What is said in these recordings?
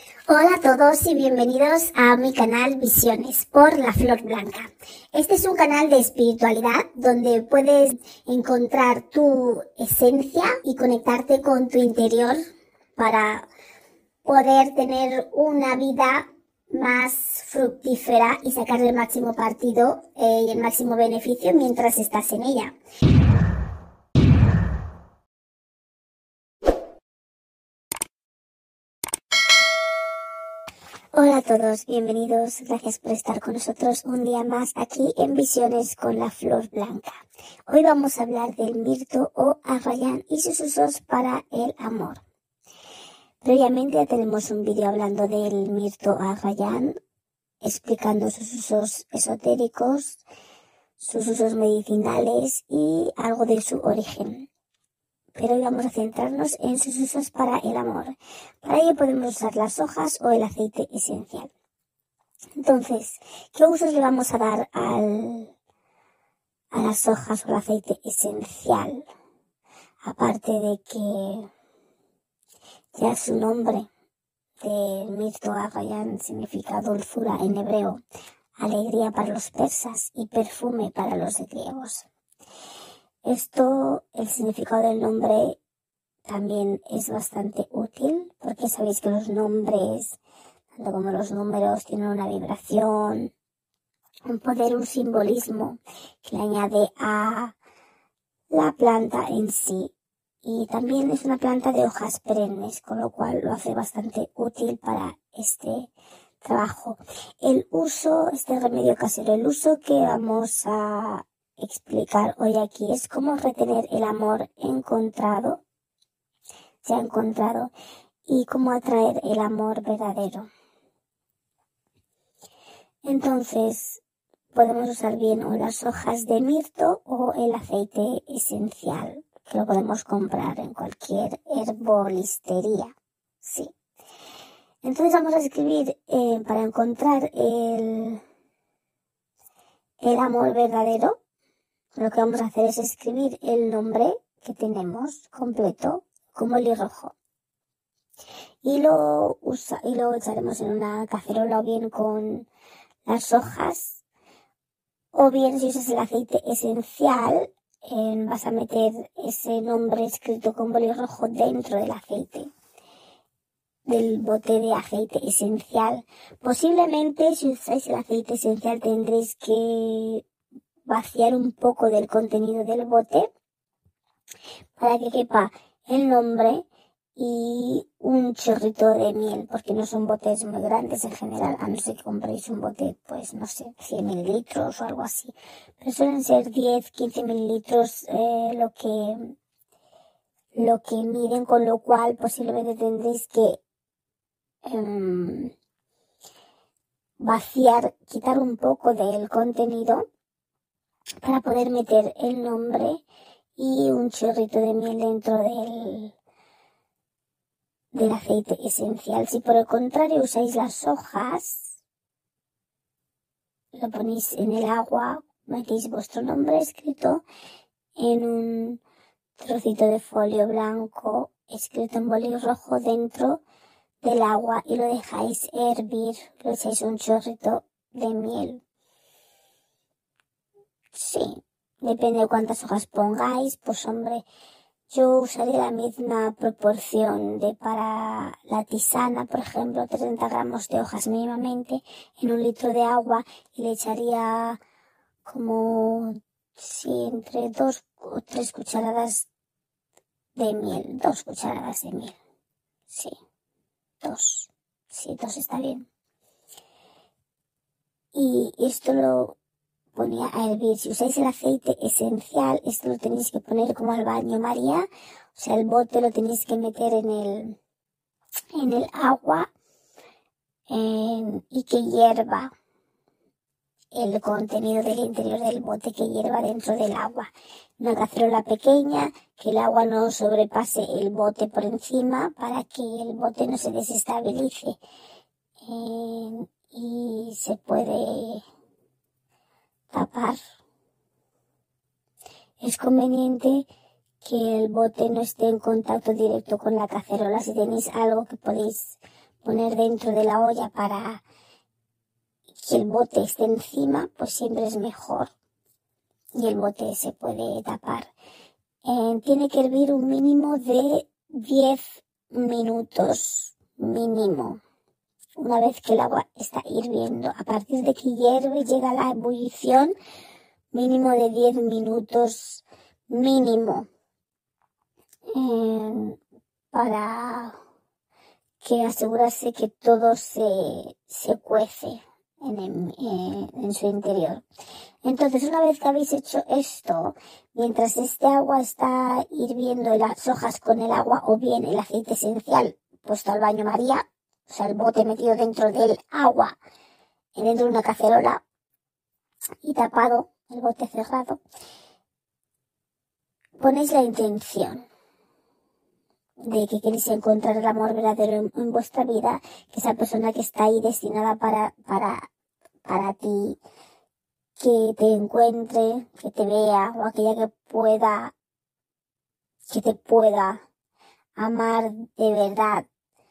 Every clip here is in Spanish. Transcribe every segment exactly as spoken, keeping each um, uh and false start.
Hola a todos y bienvenidos a mi canal Visiones por la Flor Blanca. Este es un canal de espiritualidad donde puedes encontrar tu esencia y conectarte con tu interior para poder tener una vida más fructífera y sacar el máximo partido eh, y el máximo beneficio mientras estás en ella. Hola a todos, bienvenidos, gracias por estar con nosotros un día más aquí en Visiones con la Flor Blanca. Hoy vamos a hablar del mirto o arrayán y sus usos para el amor. Previamente ya tenemos un vídeo hablando del mirto arrayán, explicando sus usos esotéricos, sus usos medicinales y algo de su origen. Pero hoy vamos a centrarnos en sus usos para el amor. Para ello podemos usar las hojas o el aceite esencial. Entonces, ¿qué usos le vamos a dar al, a las hojas o al aceite esencial? Aparte de que ya su nombre del mirto arrayán significa dulzura en hebreo, alegría para los persas y perfume para los griegos. Esto, el significado del nombre también es bastante útil porque sabéis que los nombres, tanto como los números, tienen una vibración, un poder, un simbolismo que le añade a la planta en sí. Y también es una planta de hojas perennes, con lo cual lo hace bastante útil para este trabajo. El uso, este remedio casero, el uso que vamos a explicar hoy aquí es cómo retener el amor encontrado, ya encontrado, y cómo atraer el amor verdadero. Entonces, podemos usar bien o las hojas de mirto o el aceite esencial, que lo podemos comprar en cualquier herbolistería. Sí. Entonces vamos a escribir eh, para encontrar el, el amor verdadero. Lo que vamos a hacer es escribir el nombre que tenemos completo con boli rojo. Y lo, usa, y lo echaremos en una cacerola o bien con las hojas. O bien si usas el aceite esencial, eh, vas a meter ese nombre escrito con boli rojo dentro del aceite. Del bote de aceite esencial. Posiblemente si usáis el aceite esencial tendréis que vaciar un poco del contenido del bote para que quepa el nombre y un chorrito de miel, porque no son botes muy grandes en general, a no ser que compréis un bote, pues no sé, cien mililitros o algo así, pero suelen ser diez, quince mililitros eh, lo que lo que miden, con lo cual posiblemente tendréis que um, vaciar, quitar un poco del contenido para poder meter el nombre y un chorrito de miel dentro del, del aceite esencial. Si por el contrario usáis las hojas, lo ponéis en el agua, metéis vuestro nombre escrito en un trocito de folio blanco escrito en boli rojo dentro del agua y lo dejáis hervir, le echáis un chorrito de miel. Sí, depende de cuántas hojas pongáis, pues hombre, yo usaré la misma proporción de para la tisana, por ejemplo, treinta gramos de hojas mínimamente en un litro de agua y le echaría como, sí, entre dos o tres cucharadas de miel, dos cucharadas de miel, sí, dos, sí, dos está bien. Y esto lo ponía a hervir. Si usáis el aceite esencial, esto lo tenéis que poner como al baño María, o sea, el bote lo tenéis que meter en el, en el agua en, y que hierva el contenido del interior del bote, que hierva dentro del agua. Una cacerola pequeña, que el agua no sobrepase el bote por encima para que el bote no se desestabilice. Eh, y se puede tapar. Es conveniente que el bote no esté en contacto directo con la cacerola. Si tenéis algo que podéis poner dentro de la olla para que el bote esté encima, pues siempre es mejor y el bote se puede tapar. Eh, tiene que hervir un mínimo de diez minutos mínimo. Una vez que el agua está hirviendo, a partir de que hierve, llega la ebullición, mínimo de diez minutos mínimo, eh, para que asegurarse que todo se, se cuece en, el, eh, en su interior. Entonces, una vez que habéis hecho esto, mientras este agua está hirviendo las hojas con el agua o bien el aceite esencial puesto al baño María, o sea, el bote metido dentro del agua, dentro de una cacerola y tapado, el bote cerrado, ponéis la intención de que queréis encontrar el amor verdadero en, en vuestra vida, que esa persona que está ahí destinada para, para, para ti, que te encuentre, que te vea, o aquella que pueda, que te pueda amar de verdad,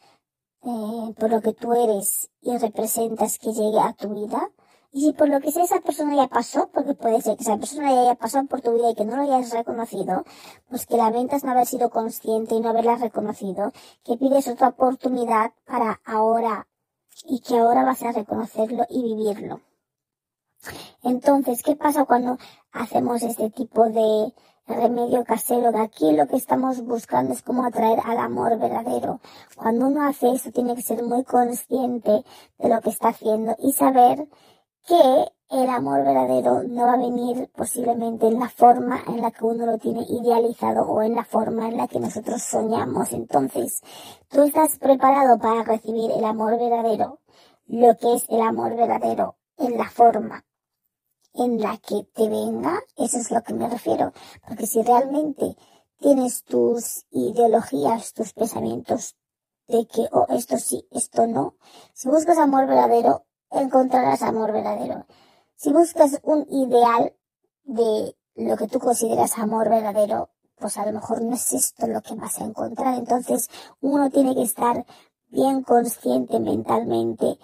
eh, por lo que tú eres y representas, que llegue a tu vida. Y si por lo que sea esa persona ya pasó, porque puede ser que esa persona ya haya pasado por tu vida y que no lo hayas reconocido, pues que lamentas no haber sido consciente y no haberla reconocido, que pides otra oportunidad para ahora y que ahora vas a reconocerlo y vivirlo. Entonces, ¿qué pasa cuando hacemos este tipo de remedio casero? Que aquí lo que estamos buscando es cómo atraer al amor verdadero. Cuando uno hace eso, tiene que ser muy consciente de lo que está haciendo y saber que el amor verdadero no va a venir posiblemente en la forma en la que uno lo tiene idealizado o en la forma en la que nosotros soñamos. Entonces, tú estás preparado para recibir el amor verdadero, lo que es el amor verdadero en la forma en la que te venga. Eso es lo que me refiero, porque si realmente tienes tus ideologías, tus pensamientos de que, oh, esto sí, esto no, si buscas amor verdadero, encontrarás amor verdadero. Si buscas un ideal de lo que tú consideras amor verdadero, pues a lo mejor no es esto lo que vas a encontrar. Entonces uno tiene que estar bien consciente mentalmente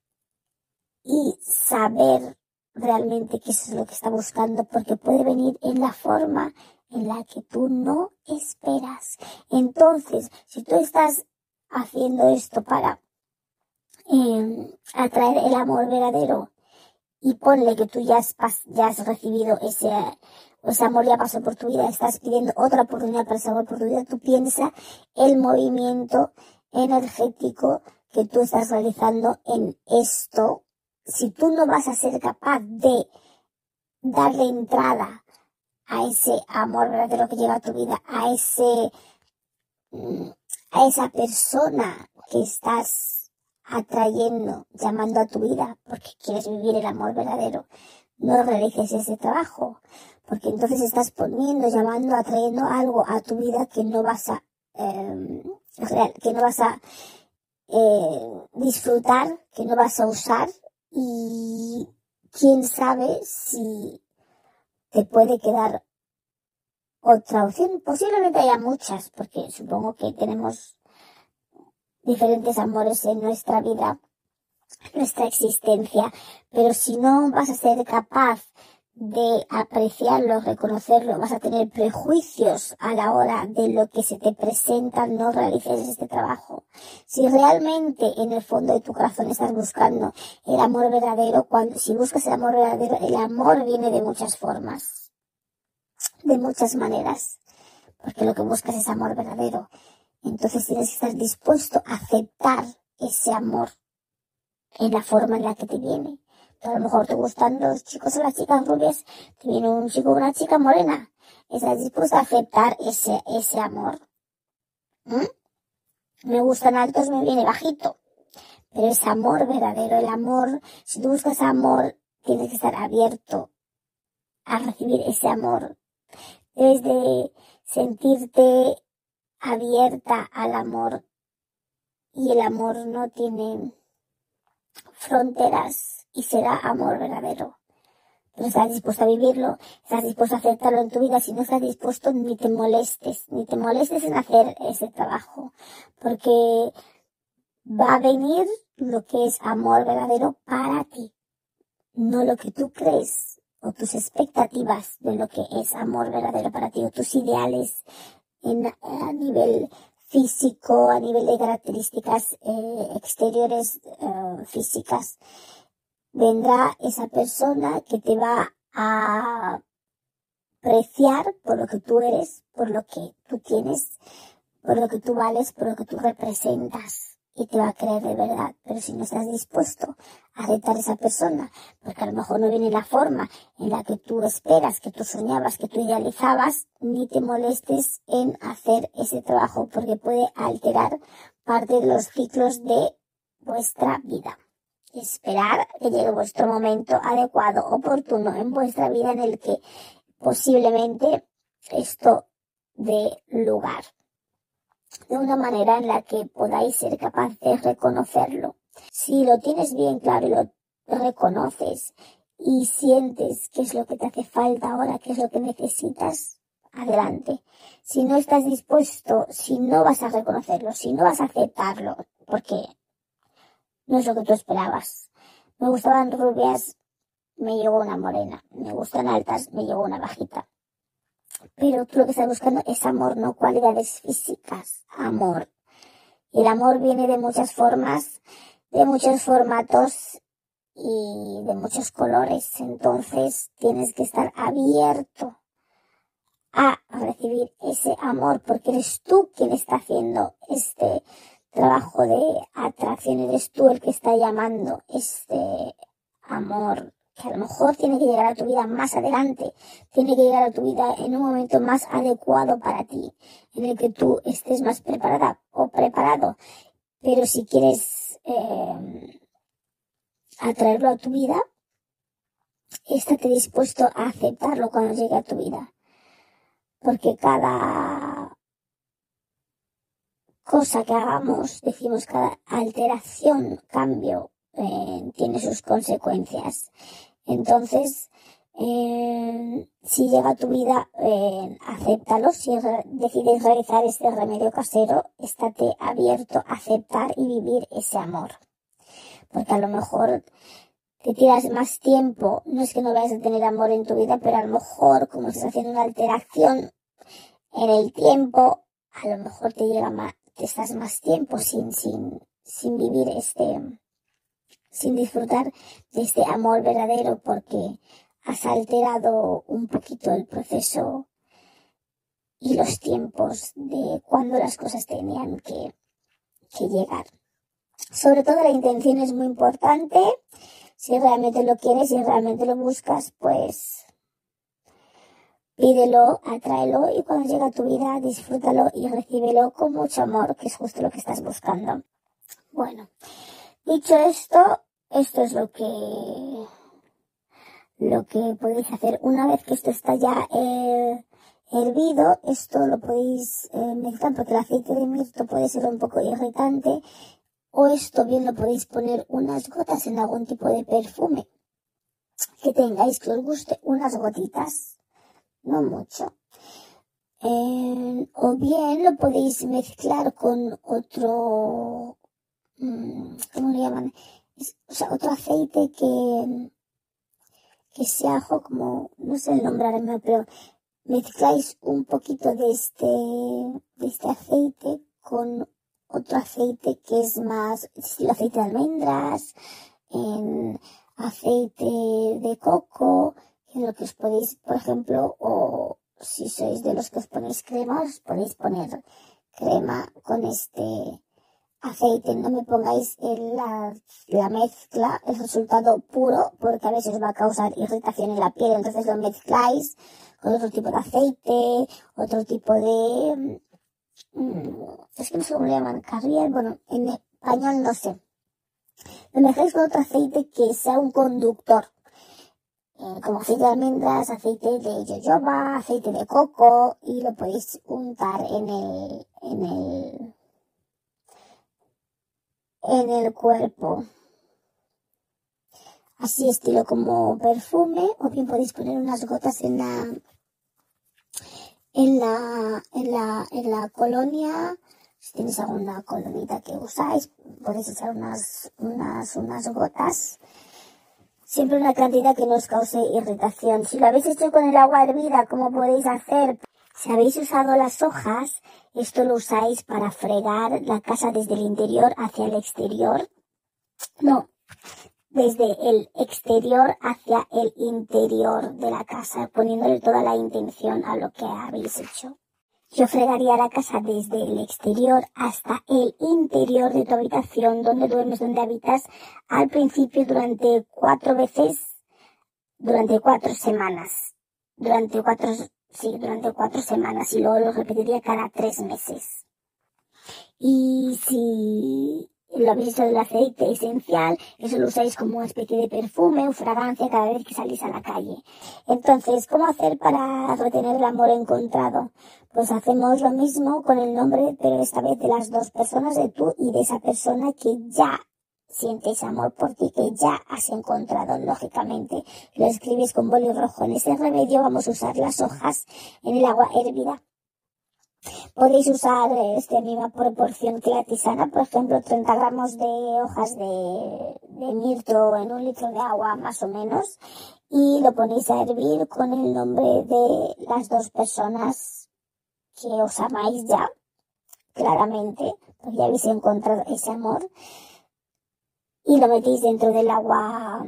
y saber realmente que eso es lo que está buscando, porque puede venir en la forma en la que tú no esperas. Entonces, si tú estás haciendo esto para eh, atraer el amor verdadero, y ponle que tú ya has, ya has recibido ese, ese amor, ya pasó por tu vida, estás pidiendo otra oportunidad para ese amor por tu vida, tú piensa el movimiento energético que tú estás realizando en esto. Si tú no vas a ser capaz de darle entrada a ese amor verdadero que llega a tu vida, a ese, a esa persona que estás atrayendo, llamando a tu vida, porque quieres vivir el amor verdadero, no realices ese trabajo, porque entonces estás poniendo, llamando, atrayendo algo a tu vida que no vas a, eh, que no vas a eh, disfrutar, que no vas a usar, y quién sabe si te puede quedar otra opción. Posiblemente haya muchas, porque supongo que tenemos diferentes amores en nuestra vida, nuestra existencia, pero si no vas a ser capaz de apreciarlo, reconocerlo, vas a tener prejuicios a la hora de lo que se te presenta, no realices este trabajo. Si realmente en el fondo de tu corazón estás buscando el amor verdadero, cuando, si buscas el amor verdadero, el amor viene de muchas formas, de muchas maneras, porque lo que buscas es amor verdadero. Entonces tienes que estar dispuesto a aceptar ese amor en la forma en la que te viene. A lo mejor te gustan los chicos o las chicas rubias, te viene un chico o una chica morena. Estás dispuesto a aceptar ese, ese amor. ¿Mm? Me gustan altos, me viene bajito. Pero es amor verdadero, el amor, si tú buscas amor, tienes que estar abierto a recibir ese amor. Debes de sentirte abierta al amor, y el amor no tiene fronteras y será amor verdadero. Pero estás dispuesto a vivirlo, estás dispuesto a aceptarlo en tu vida. Si no estás dispuesto, ni te molestes, ni te molestes en hacer ese trabajo, porque va a venir lo que es amor verdadero para ti, no lo que tú crees o tus expectativas de lo que es amor verdadero para ti o tus ideales en, a nivel físico, a nivel de características eh, exteriores eh, físicas. Vendrá esa persona que te va a apreciar por lo que tú eres, por lo que tú tienes, por lo que tú vales, por lo que tú representas. Y te va a creer de verdad. Pero si no estás dispuesto a aceptar a esa persona, porque a lo mejor no viene la forma en la que tú esperas, que tú soñabas, que tú idealizabas, ni te molestes en hacer ese trabajo, porque puede alterar parte de los ciclos de vuestra vida. Esperar que llegue vuestro momento adecuado, oportuno en vuestra vida en el que posiblemente esto dé lugar. De una manera en la que podáis ser capaces de reconocerlo. Si lo tienes bien claro y lo reconoces y sientes qué es lo que te hace falta ahora, qué es lo que necesitas, adelante. Si no estás dispuesto, si no vas a reconocerlo, si no vas a aceptarlo, porque no es lo que tú esperabas. Me gustaban rubias, me llegó una morena. Me gustan altas, me llegó una bajita. Pero tú lo que estás buscando es amor, no cualidades físicas, amor. Y el amor viene de muchas formas, de muchos formatos y de muchos colores. Entonces tienes que estar abierto a recibir ese amor, porque eres tú quien está haciendo este trabajo de atracción, eres tú el que está llamando este amor, que a lo mejor tiene que llegar a tu vida más adelante, tiene que llegar a tu vida en un momento más adecuado para ti, en el que tú estés más preparada o preparado. Pero si quieres eh, atraerlo a tu vida, estate dispuesto a aceptarlo cuando llegue a tu vida. Porque cada cosa que hagamos, decimos cada alteración, cambio, eh, tiene sus consecuencias. Entonces, eh, si llega a tu vida, eh, acéptalo. Si re- decides realizar este remedio casero, estate abierto a aceptar y vivir ese amor. Porque a lo mejor te tiras más tiempo, no es que no vayas a tener amor en tu vida, pero a lo mejor, como estás haciendo una alteración en el tiempo, a lo mejor te llega más, te estás más tiempo sin, sin, sin vivir este, sin disfrutar de este amor verdadero, porque has alterado un poquito el proceso y los tiempos de cuando las cosas tenían que, que llegar. Sobre todo la intención es muy importante. Si realmente lo quieres, si realmente lo buscas, pues pídelo, atráelo y cuando llegue a tu vida, disfrútalo y recíbelo con mucho amor, que es justo lo que estás buscando. Bueno, dicho esto, esto es lo que lo que podéis hacer. Una vez que esto está ya eh, hervido, esto lo podéis eh, mezclar, porque el aceite de mirto puede ser un poco irritante, o esto bien lo podéis poner unas gotas en algún tipo de perfume que tengáis, que os guste, unas gotitas, no mucho. Eh, o bien lo podéis mezclar con otro, mmm, ¿cómo le llaman? Es, o sea, otro aceite que, que sea ajo, como, no sé el nombre ahora mismo, pero mezcláis un poquito de este, de este aceite con otro aceite que es más estilo aceite de almendras, en aceite de coco, que es lo que os podéis, por ejemplo, o si sois de los que os ponéis crema, os podéis poner crema con este aceite. No me pongáis en la, la mezcla, el resultado puro, porque a veces os va a causar irritación en la piel, entonces lo mezcláis con otro tipo de aceite, otro tipo de, mmm, es que no sé cómo le llaman, carrier, bueno, en español no sé. Lo mezcláis con otro aceite que sea un conductor, eh, como aceite de almendras, aceite de yoyoba, aceite de coco, y lo podéis untar en el, en el, en el cuerpo. Así estilo como perfume, o bien podéis poner unas gotas en la, en la, en la, en la colonia. Si tenéis alguna colonita que usáis, podéis echar unas, unas, unas gotas. Siempre una cantidad que no os cause irritación. Si lo habéis hecho con el agua hervida, ¿cómo podéis hacer? Si habéis usado las hojas, esto lo usáis para fregar la casa desde el interior hacia el exterior. No, desde el exterior hacia el interior de la casa, poniéndole toda la intención a lo que habéis hecho. Yo fregaría la casa desde el exterior hasta el interior de tu habitación, donde duermes, donde habitas, al principio durante cuatro veces, durante cuatro semanas. Durante cuatro, sí, durante cuatro semanas y luego lo repetiría cada tres meses. Y si lo habéis hecho del aceite esencial, eso lo usáis como una especie de perfume o fragancia cada vez que salís a la calle. Entonces, ¿cómo hacer para retener el amor encontrado? Pues hacemos lo mismo con el nombre, pero esta vez de las dos personas, de tú y de esa persona que ya sientes amor por ti, que ya has encontrado, lógicamente. Lo escribes con boli rojo. En ese remedio vamos a usar las hojas en el agua hervida. Podéis usar este, misma proporción que la tisana, por ejemplo, treinta gramos de hojas de, de mirto en un litro de agua, más o menos, y lo ponéis a hervir con el nombre de las dos personas que os amáis ya, claramente, porque ya habéis encontrado ese amor, y lo metéis dentro del agua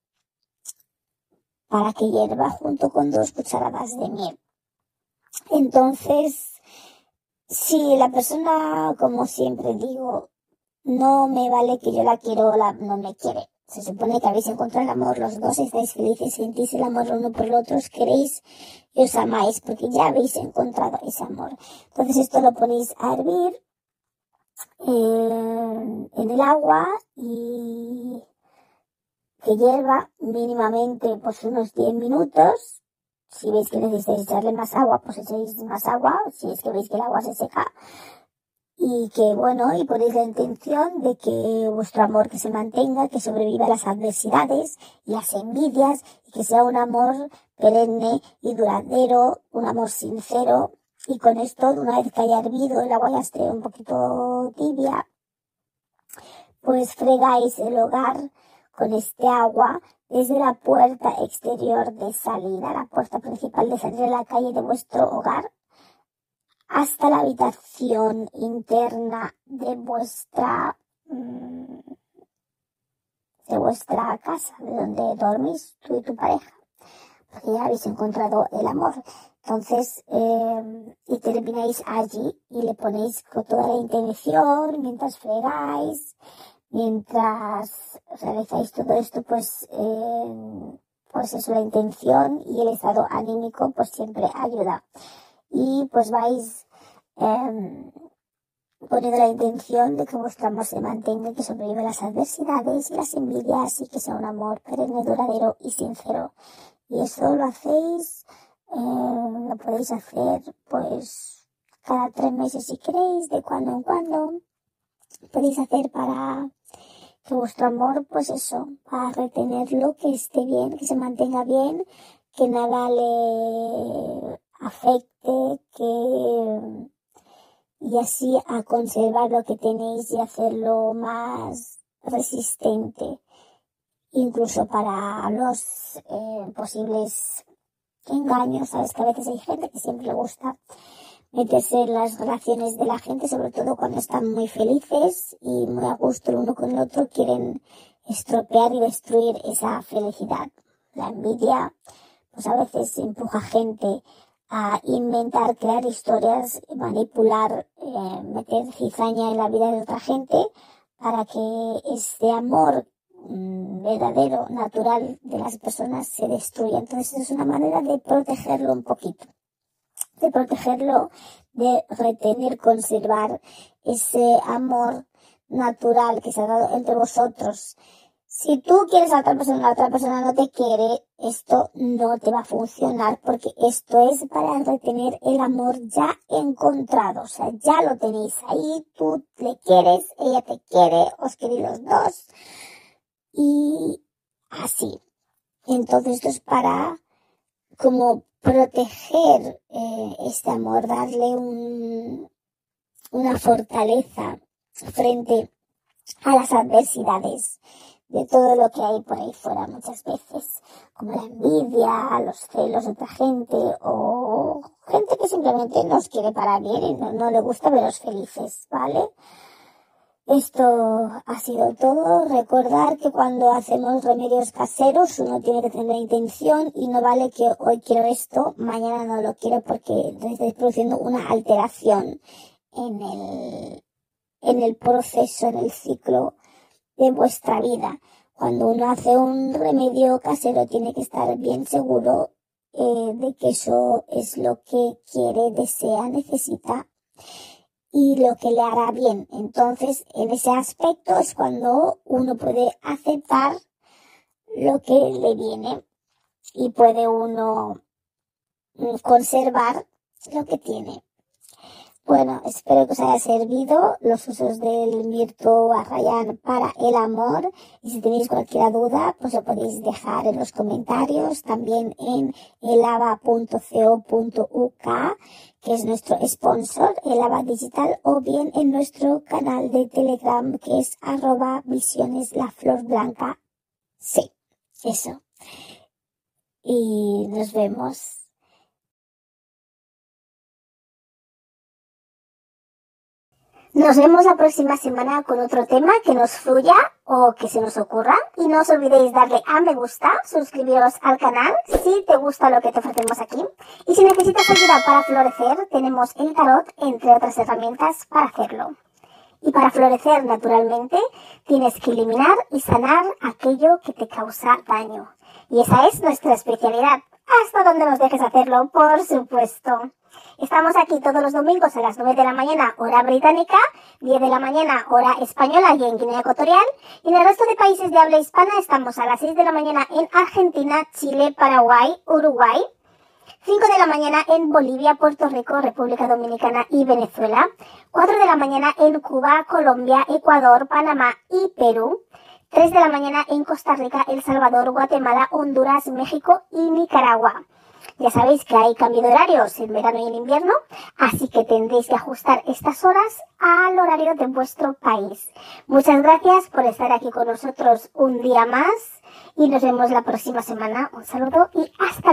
para que hierva junto con dos cucharadas de miel. Entonces, si la persona, como siempre digo, no me vale que yo la quiero o la, no me quiere. Se supone que habéis encontrado el amor, los dos estáis felices, sentís el amor uno por el otro, os queréis y os amáis, porque ya habéis encontrado ese amor. Entonces esto lo ponéis a hervir eh, en el agua y que hierva mínimamente pues unos diez minutos. Si veis que necesitáis echarle más agua, pues echéis más agua. Si es que veis que el agua se seca. Y que, bueno, y ponéis la intención de que vuestro amor que se mantenga, que sobreviva a las adversidades y las envidias, y que sea un amor perenne y duradero, un amor sincero. Y con esto, una vez que haya hervido, el agua ya esté un poquito tibia, pues fregáis el hogar con este agua desde la puerta exterior de salida, la puerta principal de salida de la calle de vuestro hogar, hasta la habitación interna de vuestra de vuestra casa, de donde dormís tú y tu pareja, porque ya habéis encontrado el amor. Entonces, eh, y termináis allí y le ponéis con toda la intención, mientras fregáis, mientras realizáis todo esto, pues, eh, pues eso, la intención y el estado anímico, pues siempre ayuda. Y pues vais eh, poniendo la intención de que vuestro amor se mantenga, que sobreviva las adversidades y las envidias y que sea un amor perenne, duradero y sincero. Y eso lo hacéis, eh, lo podéis hacer pues cada tres meses si queréis, de cuando en cuando. Podéis hacer para que vuestro amor, pues eso, para retenerlo, que esté bien, que se mantenga bien, que nada le afecte, que y así a conservar lo que tenéis y hacerlo más resistente, incluso para los eh, posibles engaños. Sabes que a veces hay gente que siempre le gusta meterse en las relaciones de la gente, sobre todo cuando están muy felices y muy a gusto el uno con el otro, quieren estropear y destruir esa felicidad. La envidia, pues a veces empuja gente a inventar, crear historias, manipular, eh, meter cizaña en la vida de otra gente para que este amor mmm, verdadero, natural de las personas se destruya. Entonces es una manera de protegerlo un poquito, de protegerlo, de retener, conservar ese amor natural que se ha dado entre vosotros. Si tú quieres a otra persona, la otra persona no te quiere, esto no te va a funcionar, porque esto es para retener el amor ya encontrado. O sea, ya lo tenéis ahí, tú le quieres, ella te quiere, os queréis los dos. Y así. Entonces esto es para como proteger eh, este amor, darle un, una fortaleza frente a las adversidades de todo lo que hay por ahí fuera muchas veces, como la envidia, los celos de otra gente o gente que simplemente nos quiere para bien y no, no le gusta veros felices, ¿vale? Esto ha sido todo. Recordar que cuando hacemos remedios caseros uno tiene que tener la intención y no vale que hoy quiero esto, mañana no lo quiero porque estáis produciendo una alteración en el, en el proceso, en el ciclo de vuestra vida. Cuando uno hace un remedio casero tiene que estar bien seguro eh, de que eso es lo que quiere, desea, necesita y lo que le hará bien. Entonces, en ese aspecto es cuando uno puede aceptar lo que le viene y puede uno conservar lo que tiene. Bueno, espero que os haya servido los usos del mirto arrayán para el amor y si tenéis cualquier duda pues lo podéis dejar en los comentarios, también en elava punto co punto uk, que es nuestro sponsor, Elava Digital, o bien en nuestro canal de Telegram que es arroba visiones la flor blanca. Sí, eso. Y nos vemos. Nos vemos la próxima semana con otro tema que nos fluya o que se nos ocurra. Y no os olvidéis darle a me gusta, suscribiros al canal si te gusta lo que te ofrecemos aquí. Y si necesitas ayuda para florecer, tenemos el tarot, entre otras herramientas, para hacerlo. Y para florecer naturalmente, tienes que eliminar y sanar aquello que te causa daño. Y esa es nuestra especialidad. Hasta donde nos dejes hacerlo, por supuesto. Estamos aquí todos los domingos a las nueve de la mañana, hora británica, diez de la mañana, hora española y en Guinea Ecuatorial. Y en el resto de países de habla hispana estamos a las seis de la mañana en Argentina, Chile, Paraguay, Uruguay. cinco de la mañana en Bolivia, Puerto Rico, República Dominicana y Venezuela. cuatro de la mañana en Cuba, Colombia, Ecuador, Panamá y Perú. tres de la mañana en Costa Rica, El Salvador, Guatemala, Honduras, México y Nicaragua. Ya sabéis que hay cambio de horarios en verano y en invierno, así que tendréis que ajustar estas horas al horario de vuestro país. Muchas gracias por estar aquí con nosotros un día más y nos vemos la próxima semana. Un saludo y hasta luego.